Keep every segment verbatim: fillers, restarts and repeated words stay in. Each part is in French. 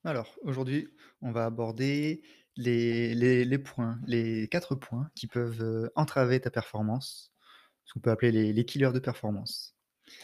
Alors, aujourd'hui, on va aborder les les les points, les quatre points qui peuvent, heu, entraver ta performance, ce qu'on peut appeler les les killers de performance.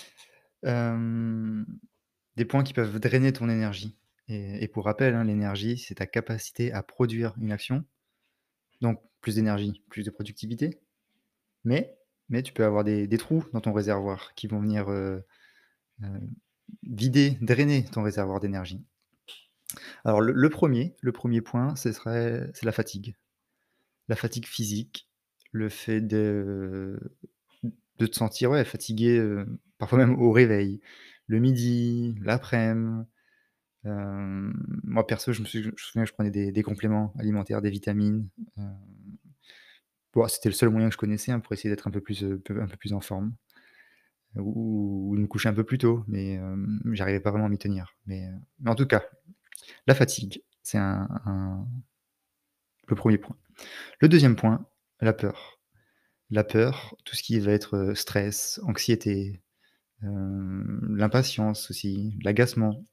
Hem, des points qui peuvent drainer ton énergie et et pour rappel, hein, l'énergie, c'est ta capacité à produire une action, donc plus d'énergie, plus de productivité, mais mais tu peux avoir des des trous dans ton réservoir qui vont venir, heu heu, vider, drainer ton réservoir d'énergie. Alors le le un le premier point, ce serait c'est la fatigue. La fatigue physique, le fait de de te sentir, ouais, fatigué, heu, parfois même au réveil, le midi, l'après-midi. Hem, moi perso, je me suis je me souviens que je prenais des des compléments alimentaires, des vitamines, heu, bon, c'était le seul moyen que je connaissais, hein, pour essayer d'être un peu plus, heu, peu un peu plus en forme ou ou de me coucher un peu plus tôt, mais hem, j'arrivais pas vraiment à m'y tenir. Mais heu, mais en tout cas, la fatigue, c'est un un le premier point. Le deuxième point, la peur. La peur, tout ce qui va être, heu, stress, anxiété, hem, l'impatience aussi, l'agacement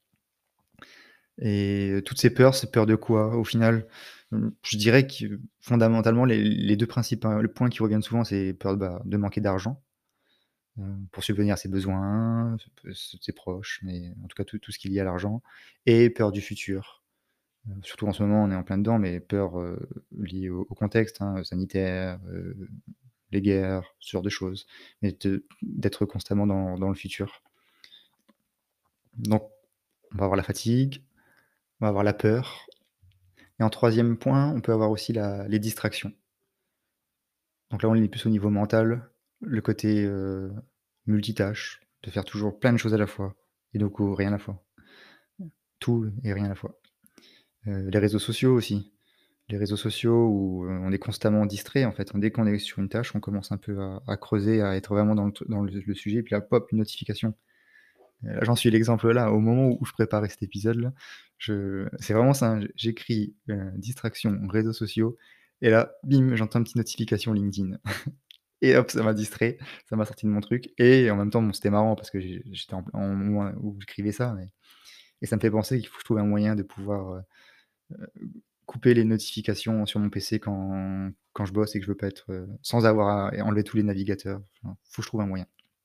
et heu, toutes ces peurs, c'est peur de quoi? Au final, mmh, je dirais que fondamentalement les les deux principaux points qui reviennent souvent, c'est peur, bah, de manquer d'argent, heu, pour subvenir à ses besoins, ça peut s ses proches, mais en tout cas tout tout ce qui est lié à l'argent et peur du futur. Heu, surtout en ce moment, on est en plein dedans, mais peur, heu, liée au au contexte, hein, sanitaire, heu les guerres, ce genre de choses, mais de d'être constamment dans dans le futur. Donc on va avoir la fatigue, on va avoir la peur et en troisième point, on peut avoir aussi la les distractions. Donc là, on est plus au niveau mental, le côté, heu, multitâche, de faire toujours plein de choses à la fois et donc ou rien à la fois. Tout et rien à la fois. Heu, les réseaux sociaux aussi. Les réseaux sociaux où, heu, on est constamment distrait en fait. Dès qu'on est sur une tâche, on commence un peu à à creuser, à être vraiment dans le tr dans le le sujet et puis là, pop, une notification. Heu, j'en suis l'exemple là, au moment où je préparais cet épisode-là, je c'est vraiment ça, hein, j'écris, heu, distraction, réseaux sociaux et là, bim, j'entends une petite notification LinkedIn et hop, ça m'a distrait, ça m'a sorti de mon truc et en même temps, bon, c'était marrant parce que j'ai j'étais en en moment où j'écrivais ça mais et ça me fait penser qu'il faut que je trouve un moyen de pouvoir, heu heu, couper les notifications sur mon P C quand quand je bosse et que je veux pas être, heu sans avoir à enlever tous les navigateurs. Enfin, faut que je trouve un moyen.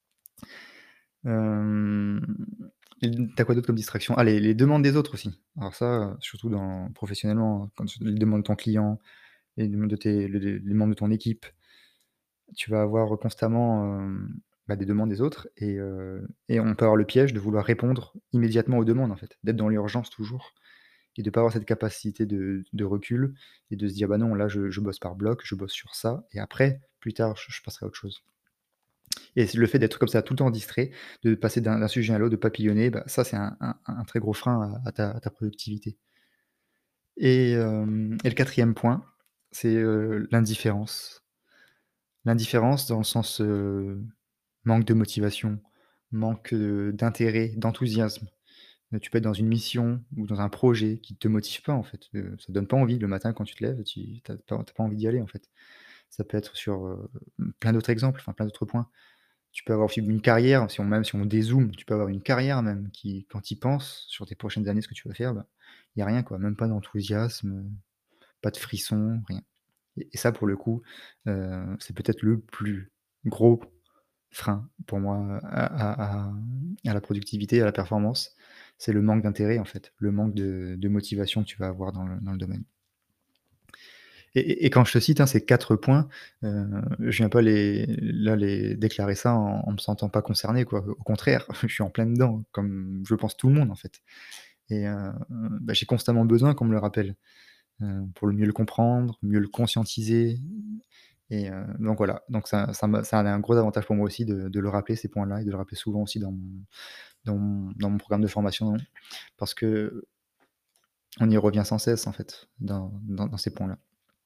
Hem, tu as quoi d'autre comme distraction? Ah les les demandes des autres aussi. Alors ça, heu, surtout dans professionnellement, quand tu les demandes de ton client, les demandes de tes les les les membres de ton équipe, tu vas avoir constamment, hem, bah, des demandes des autres et heu et on peut avoir le piège de vouloir répondre immédiatement aux demandes en fait, d'être dans l'urgence toujours et de pas avoir cette capacité de de recul et de se dire: «Bah non, là je je bosse par bloc, je bosse sur ça et après, plus tard, je je passerai à autre chose». Et c'est le fait d'être comme ça tout le temps distrait, de passer d'un d'un sujet à l'autre, de papillonner, bah, ça c'est un un un très gros frein à à ta à ta productivité. Et hem et le quatrième point, c'est, heu, l'indifférence. L'indifférence dans le sens, heu, manque de motivation, manque, heu, d'intérêt, d'enthousiasme. Heu, tu peux être dans une mission ou dans un projet qui te motive pas en fait, heu, ça donne pas envie le matin quand tu te lèves, tu tu as pas tu as pas envie d'y aller en fait. Ça peut être sur, heu, plein d'autres exemples, enfin plein d'autres points. Tu peux avoir aussi une carrière, si on même si on dézoome, tu peux avoir une carrière même qui quand tu y penses, sur tes prochaines années, ce que tu vas faire, bah, il y a rien quoi, même pas d'enthousiasme, pas de frisson, rien. Et et ça pour le coup, heu, c'est peut-être le plus gros frein pour moi à à à à la productivité, à la performance. C'est le manque d'intérêt en fait, le manque de de motivation que tu vas avoir dans le dans le domaine. Et et et quand je te cite, hein, ces quatre points, heu, je viens pas les là, les déclarer ça en en me sentant pas concerné, quoi. Au contraire, je suis en plein dedans, comme je pense tout le monde, en fait. Et heu, bah, j'ai constamment besoin qu'on me le rappelle, heu, pour le mieux le comprendre, mieux le conscientiser et heu, donc voilà. Donc ça ça m'a ça a un gros avantage pour moi aussi de de le rappeler ces points-là et de le rappeler souvent aussi dans mon dans mon dans mon programme de formation parce qu'on y revient sans cesse, en fait, dans dans dans ces points-là.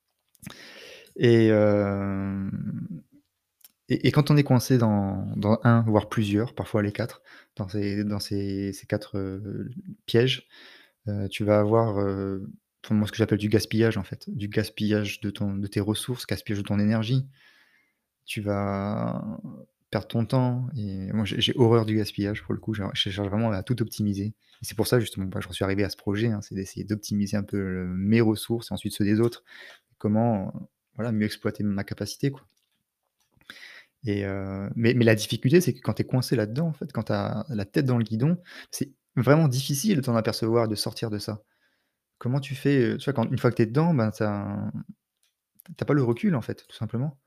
Et hem et et quand on est coincé dans dans un voire plusieurs, parfois les quatre, dans ces dans ces ces quatre, heu, pièges, heu, tu vas avoir, heu, enfin moi ce que j'appelle du gaspillage en fait, du gaspillage de ton de tes ressources, gaspillage de ton énergie. Tu vas perdre ton temps et moi j'ai j'ai horreur du gaspillage pour le coup, genre je cherche vraiment à tout optimiser et c'est pour ça justement, bah, j'en suis arrivé à ce projet, hein, c'est d'essayer d'optimiser un peu, heu, mes ressources et ensuite ceux des autres. Comment, heu, voilà, mieux exploiter ma capacité, quoi et heu, mais mais la difficulté, c'est que quand tu es coincé là-dedans, en fait, quand tu as la tête dans le guidon, c'est vraiment difficile de t'en apercevoir, de sortir de ça. Comment tu fais, heu, tu vois, quand une fois que tu es dedans, ben, tu as tu as pas le recul, en fait, tout simplement.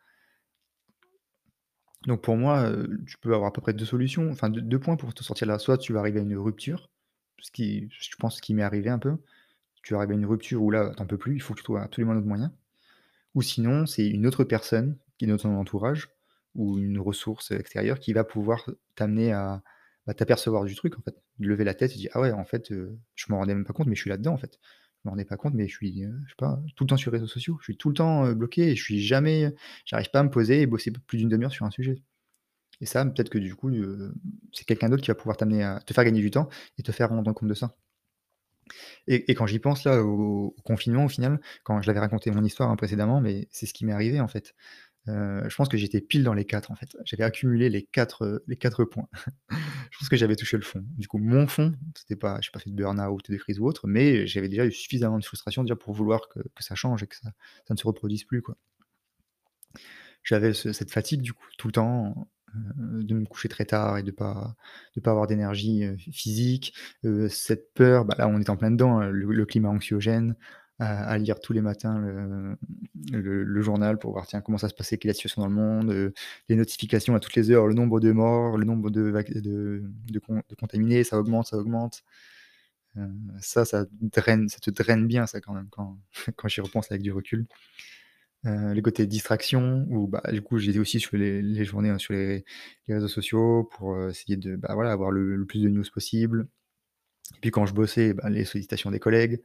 Donc pour moi, heu, tu peux avoir à peu près deux solutions, enfin deux 2 points pour te sortir de là. Soit tu vas arriver à une rupture, ce qui je pense ce qui m'est arrivé un peu. Tu arrives à une rupture où là, tu en peux plus, il faut que tu trouves absolument un autre moyen. Ou sinon, c'est une autre personne qui est dans ton entourage ou une ressource extérieure qui va pouvoir t'amener à, bah, t'apercevoir du truc en fait. Lever la tête et dire: «Ah ouais en fait, heu, je m'en rendais même pas compte mais je suis là-dedans en fait. Je me rendais pas compte mais je suis, heu, je sais pas, tout le temps sur les réseaux sociaux. Je suis tout le temps, heu, bloqué et je suis jamais j'arrive pas à me poser et bosser plus d'une demi heure sur un sujet». Et ça, peut-être que du coup, heu, c'est quelqu'un d'autre qui va pouvoir t'amener à te faire gagner du temps et te faire rendre compte de ça. Et et quand j'y pense là au au confinement au final, quand je l'avais raconté mon histoire, hein, précédemment, mais c'est ce qui m'est arrivé en fait. Heu, je pense que j'étais pile dans les quatre en fait. J'avais accumulé les quatre heu, les quatre points. Je pense que j'avais touché le fond. Du coup, mon fond, c'était pas j'ai pas fait de burn-out, de crise ou autre, mais j'avais déjà eu suffisamment de frustration déjà pour vouloir que que ça change et que ça ça ne se reproduise plus, quoi. J'avais ce cette fatigue du coup tout le temps, heu, de me coucher très tard et de pas de pas avoir d'énergie, heu, physique, heu, cette peur, bah, là on est en plein dedans, heu, le le climat anxiogène, à à lire tous les matins le le le journal pour voir tiens comment ça se passait, quelle est la situation dans le monde, heu, les notifications à toutes les heures, le nombre de morts, le nombre de vac de de con de contaminés, ça augmente, ça augmente. Heu, ça, ça draine ça te draine bien ça quand même quand quand j'y repense avec du recul. Heu, le côté distraction où, bah, du coup, j'étais aussi sur les les journées, hein, sur les les réseaux sociaux pour, heu, essayer de, bah, voilà, avoir le le plus de news possible. Et puis quand je bossais, bah, les sollicitations des collègues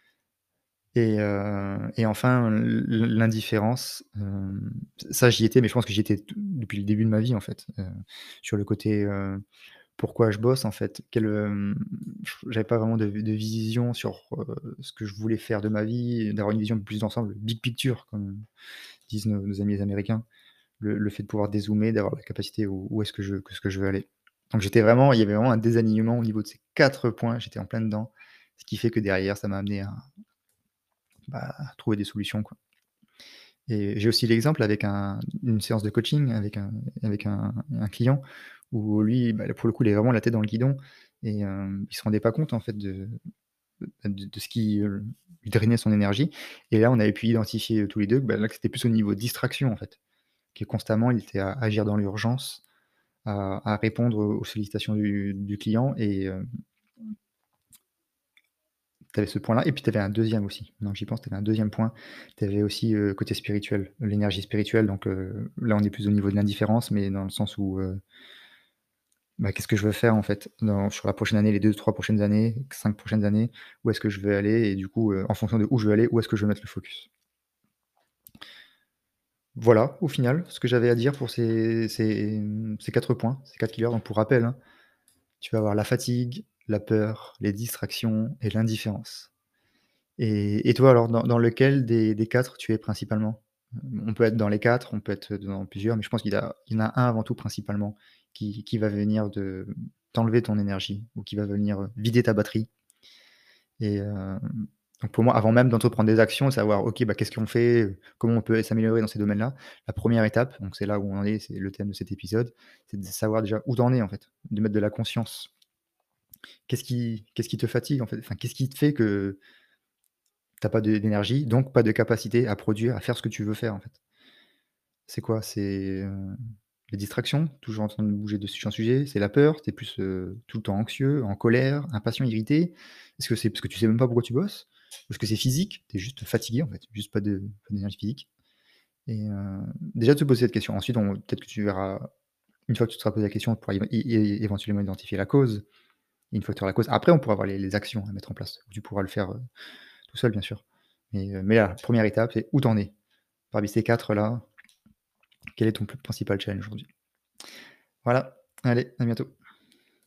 et heu et enfin l l'indifférence, hem, ça j'y étais, mais je pense que j'y étais t depuis le début de ma vie, en fait, heu, sur le côté, heu, pourquoi je bosse, en fait? Quel, hem, j'avais pas vraiment de de vision sur, heu, ce que je voulais faire de ma vie, d'avoir une vision plus d'ensemble, big picture comme disent nos nos amis les américains. Le le fait de pouvoir dézoomer, d'avoir la capacité où où est-ce que je que ce que je veux aller. Donc j'étais vraiment il y avait vraiment un désalignement au niveau de ces quatre points, j'étais en plein dedans. Ce qui fait que derrière ça m'a amené à, bah, à trouver des solutions, quoi. Et j'ai aussi l'exemple avec un une séance de coaching avec un avec un un client où lui, bah, pour le coup, il avait vraiment la tête dans le guidon et hem, il se rendait pas compte en fait de de de ce qui, heu, lui drainait son énergie et là on avait pu identifier, heu, tous les deux que, bah, là que c'était plus au niveau distraction en fait, que constamment il était à agir dans l'urgence à à répondre aux sollicitations du du client et heu, tu avais ce point-là et puis tu avais un deuxième aussi. Maintenant que j'y pense, tu avais un deuxième point. Tu avais aussi, heu, côté spirituel, l'énergie spirituelle donc heu, là on est plus au niveau de l'indifférence, mais dans le sens où, heu, bah, qu'est-ce que je veux faire en fait dans sur la prochaine année, les deux trois prochaines années, cinq prochaines années? Où est-ce que je veux aller? Et du coup, heu, en fonction de où je veux aller, où est-ce que je veux mettre le focus? Voilà, au final, ce que j'avais à dire pour ces ces, mmh, ces quatre points, ces quatre killers donc pour rappel, hein. Tu vas avoir la fatigue, la peur, les distractions et l'indifférence. Et et toi alors, dans dans lequel des des quatre tu es principalement? Heu, on peut être dans les quatre, on peut être dans plusieurs, mais je pense qu'il y a il y en a un avant tout principalement qui qui va venir de t'enlever ton énergie ou qui va venir, heu, vider ta batterie et hem, donc pour moi, avant même d'entreprendre des actions, savoir OK, bah, qu'est-ce qu'on fait? Heu, comment on peut s'améliorer dans ces domaines-là? La première étape, donc c'est là où on en est, c'est le thème de cet épisode, c'est de savoir déjà où tu en es en fait, de mettre de la conscience. Qu'est-ce qui qu'est-ce qui te fatigue en fait? Enfin, qu'est-ce qui te fait que tu as pas de d'énergie, donc pas de capacité à produire, à faire ce que tu veux faire en fait? C'est quoi? C'est, heu, les distractions? Toujours en train de bouger de sujet en sujet? C'est la peur? Tu es plus, heu, tout le temps anxieux, en colère, impatient, irrité? Est-ce que c'est parce que tu sais même pas pourquoi tu bosses? Ou est-ce que c'est physique? Tu es juste fatigué en fait, juste pas de pas d'énergie physique? Et heu, déjà te poser cette question. Ensuite on peut-être que tu verras une fois que tu te seras posé la question, tu pourras éve é é éventuellement identifier la cause. Une fois que tu auras la cause, après on pourra voir les les actions à mettre en place. Tu pourras le faire, heu, tout seul bien sûr. Mais heu, mais la première étape, c'est où tu en es? Parmi ces quatre là, quel est ton plus principal challenge aujourd'hui? Voilà, allez, à bientôt.